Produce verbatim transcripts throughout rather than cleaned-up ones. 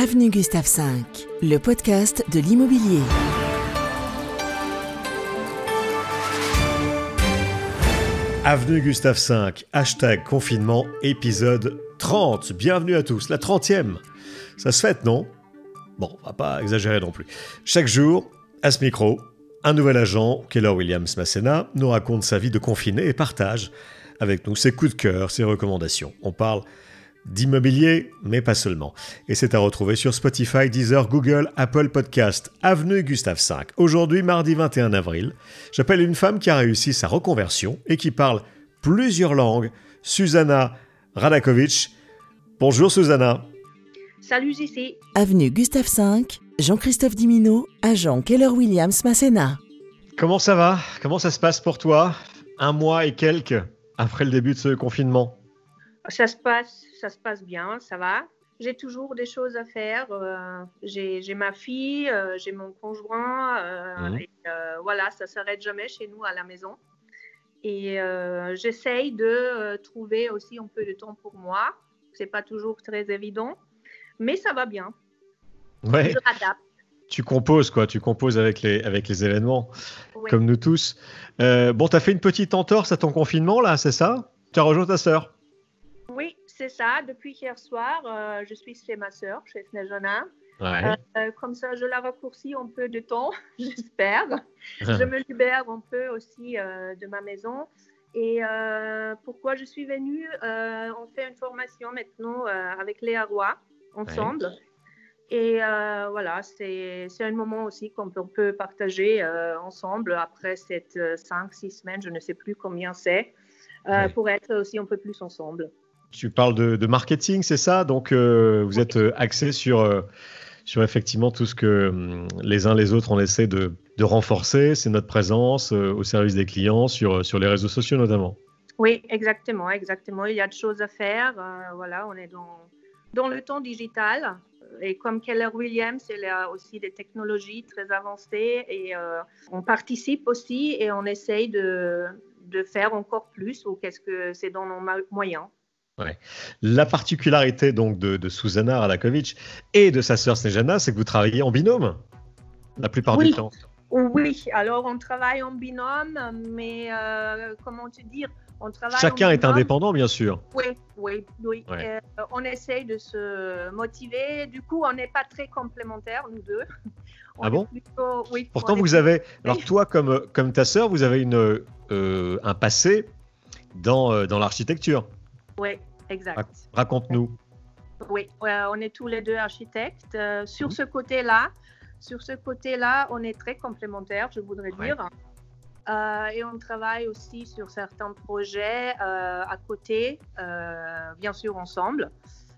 Avenue Gustave cinq, le podcast de l'immobilier. Avenue Gustave cinq, hashtag confinement, épisode trente. Bienvenue à tous, la trentième. Ça se fête, non ? Bon, on va pas exagérer non plus. Chaque jour, à ce micro, un nouvel agent, Keller Williams Masséna, nous raconte sa vie de confiné et partage avec nous ses coups de cœur, ses recommandations. On parle d'immobilier, mais pas seulement. Et c'est à retrouver sur Spotify, Deezer, Google, Apple Podcast. Avenue Gustave cinq. Aujourd'hui, mardi vingt et un avril, j'appelle une femme qui a réussi sa reconversion et qui parle plusieurs langues, Susanna Radakovic. Bonjour Susanna. Salut J C. Avenue Gustave cinq, Jean-Christophe Dimino, agent Keller Williams Masséna. Comment ça va ? Comment ça se passe pour toi ? Un mois et quelques après le début de ce confinement. Ça se passe, ça se passe bien, ça va. J'ai toujours des choses à faire. Euh, j'ai, j'ai ma fille, euh, j'ai mon conjoint. Euh, Mmh. et, euh, voilà, ça ne s'arrête jamais chez nous à la maison. Et euh, j'essaye de euh, trouver aussi un peu de temps pour moi. Ce n'est pas toujours très évident, mais ça va bien. Ouais. Je m'adapte. Tu composes quoi, tu composes avec les, avec les événements, Oui. comme nous tous. Euh, bon, tu as fait une petite entorse à ton confinement là, c'est ça ? Tu as rejoint ta sœur ? Oui, c'est ça. Depuis hier soir, euh, je suis chez ma sœur, chez Snejana. Ouais. Euh, comme ça, je la raccourcis un peu de temps, j'espère. Je me libère un peu aussi euh, de ma maison. Et euh, pourquoi je suis venue euh, On fait une formation maintenant euh, avec Léa Roy, ensemble. Ouais. Et euh, voilà, c'est, c'est un moment aussi qu'on peut, on peut partager euh, ensemble après ces cinq six semaines, je ne sais plus combien c'est, euh, ouais. pour être aussi un peu plus ensemble. Tu parles de, de marketing, c'est ça ? Donc, euh, vous oui. êtes axé sur, euh, sur effectivement tout ce que euh, les uns les autres on essaie de, de renforcer, c'est notre présence euh, au service des clients sur, sur les réseaux sociaux notamment. Oui, exactement, exactement. Il y a des choses à faire. Euh, voilà, on est dans, dans le temps digital. Et comme Keller Williams, il y a aussi des technologies très avancées et euh, on participe aussi et on essaye de, de faire encore plus ou qu'est-ce que c'est dans nos moyens. Ouais. La particularité donc de, de Susanna Radakovic et de sa sœur Snejana, c'est que vous travaillez en binôme la plupart oui. du temps. Oui, alors on travaille en binôme, mais euh, comment te dire, on travaille Chacun en est binôme. indépendant, bien sûr. Oui, oui, oui. Ouais. Euh, on essaye de se motiver. Du coup, on n'est pas très complémentaires, nous deux. On ah bon plutôt, oui, Pourtant, vous avez, alors toi comme, comme ta sœur, vous avez une, euh, un passé dans, euh, dans l'architecture. Oui, exact. Raconte-nous. Oui, euh, on est tous les deux architectes. Euh, sur mmh. ce côté-là, sur ce côté-là, on est très complémentaires, je voudrais ouais. dire. Euh, et on travaille aussi sur certains projets euh, à côté, euh, bien sûr ensemble.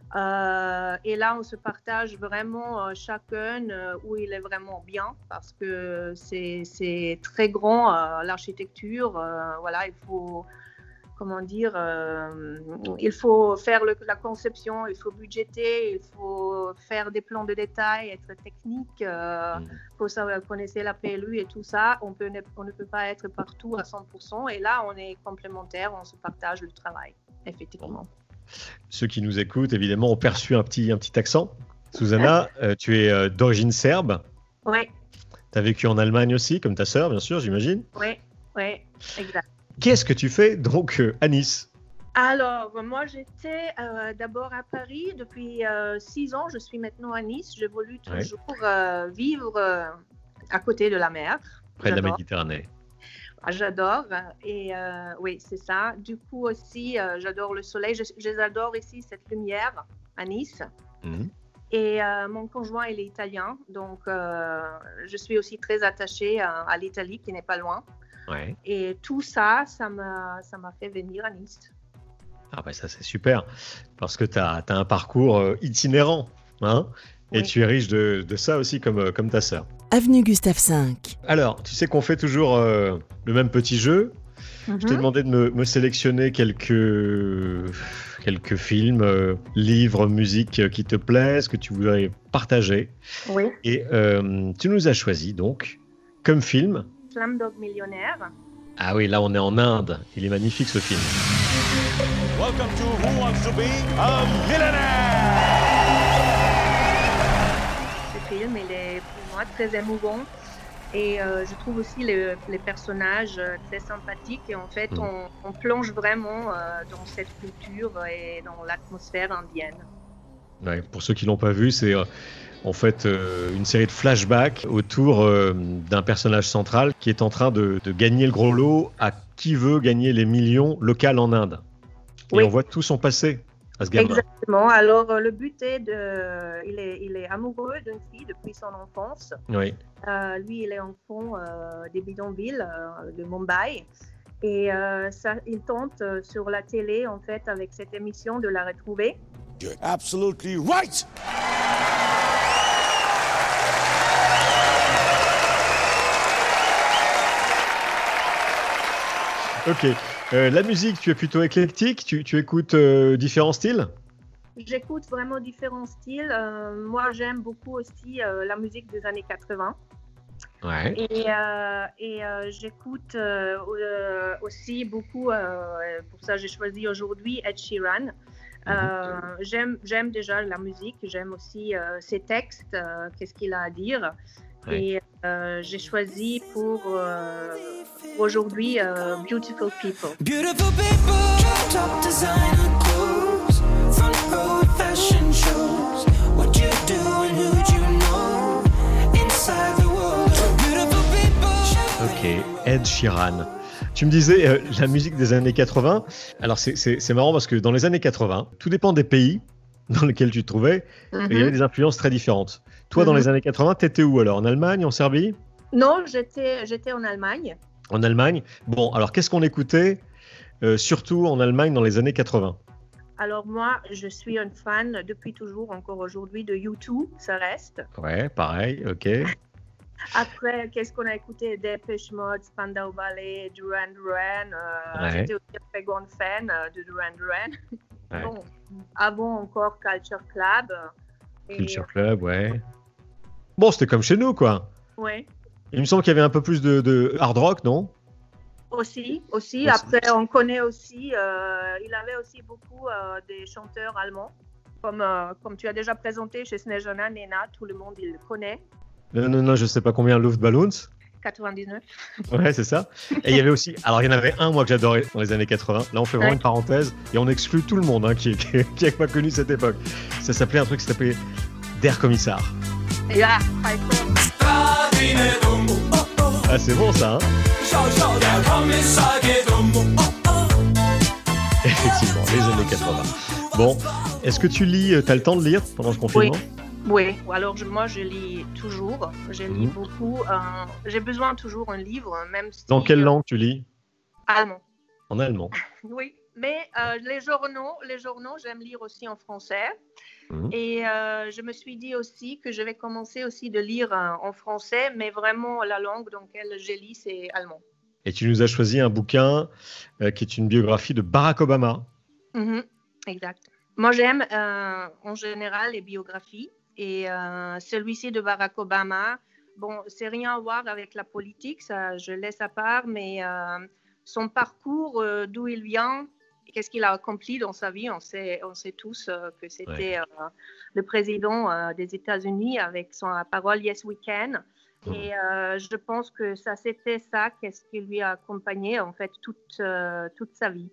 Euh, et là, on se partage vraiment euh, chacun euh, où il est vraiment bien parce que c'est, c'est très grand, euh, l'architecture. Euh, voilà, il faut... Comment dire, euh, il faut faire le, la conception, il faut budgéter, il faut faire des plans de détail, être technique, euh, mmh. faut savoir connaître la P L U et tout ça. On, peut ne, on ne peut pas être partout à cent pour cent. Et là, on est complémentaires, on se partage le travail, effectivement. Ceux qui nous écoutent, évidemment, ont perçu un petit, un petit accent. Susanna, euh, tu es euh, d'origine serbe. Oui. Tu as vécu en Allemagne aussi, comme ta sœur, bien sûr, j'imagine. Oui, oui, exact. Qu'est-ce que tu fais donc euh, à Nice ? Alors, moi, j'étais euh, d'abord à Paris. Depuis euh, six ans, je suis maintenant à Nice. Je voulais toujours ouais. euh, vivre euh, à côté de la mer. Près J'adore. de la Méditerranée. J'adore. Et euh, oui, c'est ça. Du coup aussi, euh, j'adore le soleil. Je, j'adore ici cette lumière à Nice. Mmh. Et euh, mon conjoint, il est italien. Donc, euh, je suis aussi très attachée à, à l'Italie, qui n'est pas loin. Ouais. Et tout ça, ça m'a, ça m'a fait venir à Nice. Ah bah ça c'est super, parce que tu as un parcours euh, itinérant, hein, oui. Et tu es riche de, de ça aussi comme, euh, comme ta sœur. Avenue Gustave cinq. Alors, tu sais qu'on fait toujours euh, le même petit jeu. Mm-hmm. Je t'ai demandé de me, me sélectionner quelques, quelques films, euh, livres, musique qui te plaisent, que tu voudrais partager. Oui. Et euh, tu nous as choisi donc comme film... Slumdog Millionnaire. Ah oui, là on est en Inde. Il est magnifique ce film. Welcome to Who Wants to Be a Millionaire? très émouvant. Et euh, je trouve aussi les, les personnages euh, très sympathiques. Et en fait, mmh. on, on plonge vraiment euh, dans cette culture et dans l'atmosphère indienne. Ouais, pour ceux qui ne l'ont pas vu, c'est euh, en fait euh, une série de flashbacks autour euh, d'un personnage central qui est en train de, de gagner le gros lot à qui veut gagner les millions locales en Inde. Et oui. on voit tout son passé à ce gamin. Exactement. Alors, euh, le but est de... Il est, il est amoureux d'une fille depuis son enfance. Oui. Euh, lui, il est enfant euh, des bidonvilles euh, de Mumbai. Et euh, ça, il tente euh, sur la télé, en fait, avec cette émission, de la retrouver. You're absolutely right! Ok. Euh, la musique, tu es plutôt éclectique, tu, tu écoutes euh, différents styles? J'écoute vraiment différents styles. Euh, moi, j'aime beaucoup aussi euh, la musique des années quatre-vingts. Ouais. Et, euh, et euh, j'écoute euh, euh, aussi beaucoup, euh, pour ça j'ai choisi aujourd'hui Ed Sheeran. Euh, mm-hmm. j'aime, j'aime déjà la musique, j'aime aussi euh, ses textes, euh, qu'est-ce qu'il a à dire. Ouais. Et euh, j'ai choisi pour euh, aujourd'hui euh, Beautiful People. Beautiful people, top designer clothes, front row fashion shows, what you do and who you know, inside the world. Beautiful people. Ok, Ed Sheeran. Tu me disais euh, la musique des années quatre-vingts. Alors c'est, c'est, c'est marrant parce que dans les années quatre-vingts, tout dépend des pays dans lesquels tu te trouvais, mm-hmm. il y avait des influences très différentes. Toi, mm-hmm. dans les années quatre-vingts, t'étais où alors? En Allemagne, en Serbie? Non, j'étais, j'étais en Allemagne. En Allemagne. Bon, alors qu'est-ce qu'on écoutait euh, surtout en Allemagne dans les années quatre-vingts? Alors moi, je suis une fan depuis toujours, encore aujourd'hui, de U deux, ça reste. Ouais, pareil, ok. Après, qu'est-ce qu'on a écouté? Depeche Mode, Spandau Ballet, Duran Duran. Euh, ouais. J'étais aussi un très grande fan de Duran Duran. Ouais. Bon, avant encore Culture Club. Et... Culture Club, ouais. Bon, c'était comme chez nous, quoi. Ouais. Il me semble qu'il y avait un peu plus de, de hard rock, non? Aussi, aussi. aussi. Après, on connaît aussi, euh, il avait aussi beaucoup euh, des chanteurs allemands. Comme, euh, comme tu as déjà présenté chez Snezhana, Nena, tout le monde il le connaît. Non, non, non, je sais pas combien, Luftballons. quatre-vingt-dix-neuf. Ouais, c'est ça. Et il y avait aussi, alors il y en avait un, moi, que j'adorais dans les années quatre-vingts. Là, on fait vraiment ouais. une parenthèse et on exclut tout le monde hein, qui n'a qui, qui pas connu cette époque. Ça s'appelait un truc qui s'appelait Der Kommissar. Ja, ah, c'est bon ça, hein? Effectivement, les années quatre-vingts. Bon, est-ce que tu lis, t'as le temps de lire pendant ce confinement? Oui. Oui, alors je, moi je lis toujours, je lis mmh. beaucoup, euh, j'ai besoin toujours un livre, même si... Dans quelle langue tu lis? Allemand. En allemand? Oui, mais euh, les journaux, les journaux j'aime lire aussi en français. Mmh. Et euh, je me suis dit aussi que je vais commencer aussi de lire euh, en français, mais vraiment la langue dans laquelle je lis c'est allemand. Et tu nous as choisi un bouquin euh, qui est une biographie de Barack Obama. Mmh, exact. Moi j'aime euh, en général les biographies. Et euh, celui-ci de Barack Obama, bon, c'est rien à voir avec la politique, ça je laisse à part, mais euh, son parcours, euh, d'où il vient, qu'est-ce qu'il a accompli dans sa vie, on sait, on sait tous euh, que c'était ouais. euh, le président euh, des États-Unis avec son parole Yes We Can. Mmh. Et euh, je pense que ça, c'était ça, qu'est-ce qui lui a accompagné en fait toute, euh, toute sa vie.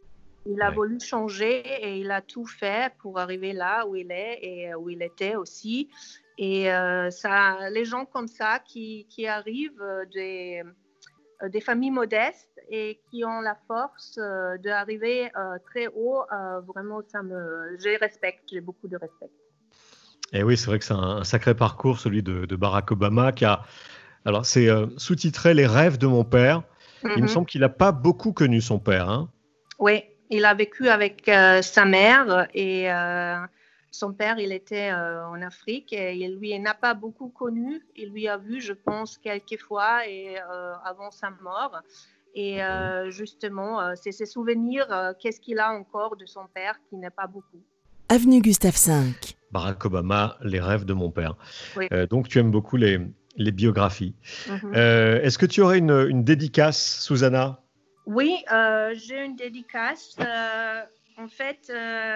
Il a ouais. voulu changer et il a tout fait pour arriver là où il est et où il était aussi. Et euh, ça, les gens comme ça qui, qui arrivent des, des familles modestes et qui ont la force euh, d'arriver euh, très haut, euh, vraiment, ça me, je les respecte, j'ai beaucoup de respect. Et oui, c'est vrai que c'est un, un sacré parcours, celui de, de Barack Obama, qui a, alors c'est euh, sous-titré « Les rêves de mon père ». Mm-hmm. Il me semble qu'il n'a pas beaucoup connu son père. Hein. Oui. Il a vécu avec euh, sa mère et euh, son père, il était euh, en Afrique et il lui n'a pas beaucoup connu. Il lui a vu, je pense, quelques fois et, euh, avant sa mort. Et euh, justement, euh, c'est ses souvenirs, euh, qu'est-ce qu'il a encore de son père qui n'est pas beaucoup. Avenue Gustave cinq. Barack Obama, les rêves de mon père. Oui. Euh, donc, tu aimes beaucoup les, les biographies. Mm-hmm. Euh, est-ce que tu aurais une, une dédicace, Susanna? Oui, euh, j'ai une dédicace. Euh, en fait, euh,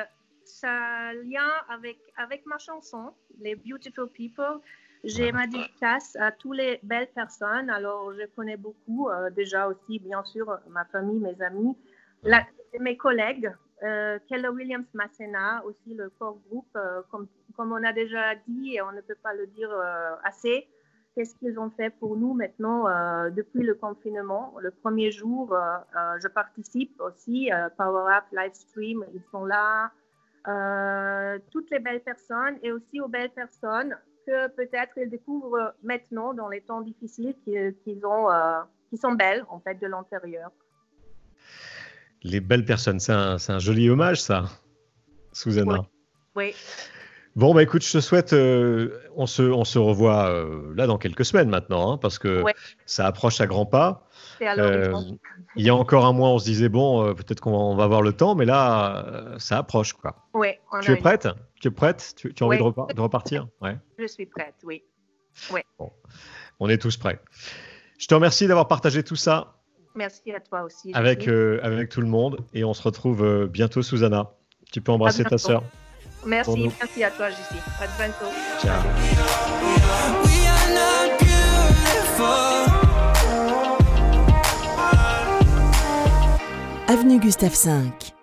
ça a un lien avec, avec ma chanson, les Beautiful People. J'ai ma dédicace à toutes les belles personnes. Alors, je connais beaucoup, euh, déjà aussi, bien sûr, ma famille, mes amis, la, mes collègues, euh, Keller Williams Masséna, aussi le core groupe, euh, comme, comme on a déjà dit, et on ne peut pas le dire euh, assez. Qu'est-ce qu'ils ont fait pour nous maintenant euh, depuis le confinement? Le premier jour, euh, euh, je participe aussi, euh, Power Up, Livestream, ils sont là. Euh, toutes les belles personnes et aussi aux belles personnes que peut-être ils découvrent maintenant dans les temps difficiles qu'ils, qu'ils ont, euh, qui sont belles en fait de l'intérieur. Les belles personnes, c'est un, c'est un joli hommage ça, Susanna. Oui. oui. Bon, bah écoute, je te souhaite, euh, on, se, on se revoit euh, là dans quelques semaines maintenant, hein, parce que ouais. ça approche à grands pas. C'est à l'horizon. Euh, il y a encore un mois, on se disait, bon, euh, peut-être qu'on va avoir le temps, mais là, euh, ça approche, quoi. Oui. Tu es prête une... Tu es prête Tu, tu as envie ouais. de, repar- de repartir ouais. Je suis prête, oui. oui. Bon. On est tous prêts. Je te remercie d'avoir partagé tout ça. Merci à toi aussi. Avec, euh, avec tout le monde, et on se retrouve euh, bientôt, Susanna. Tu peux embrasser ta sœur. Merci, merci à toi, Jessie. À bientôt. Ciao. Avenue Gustave cinq.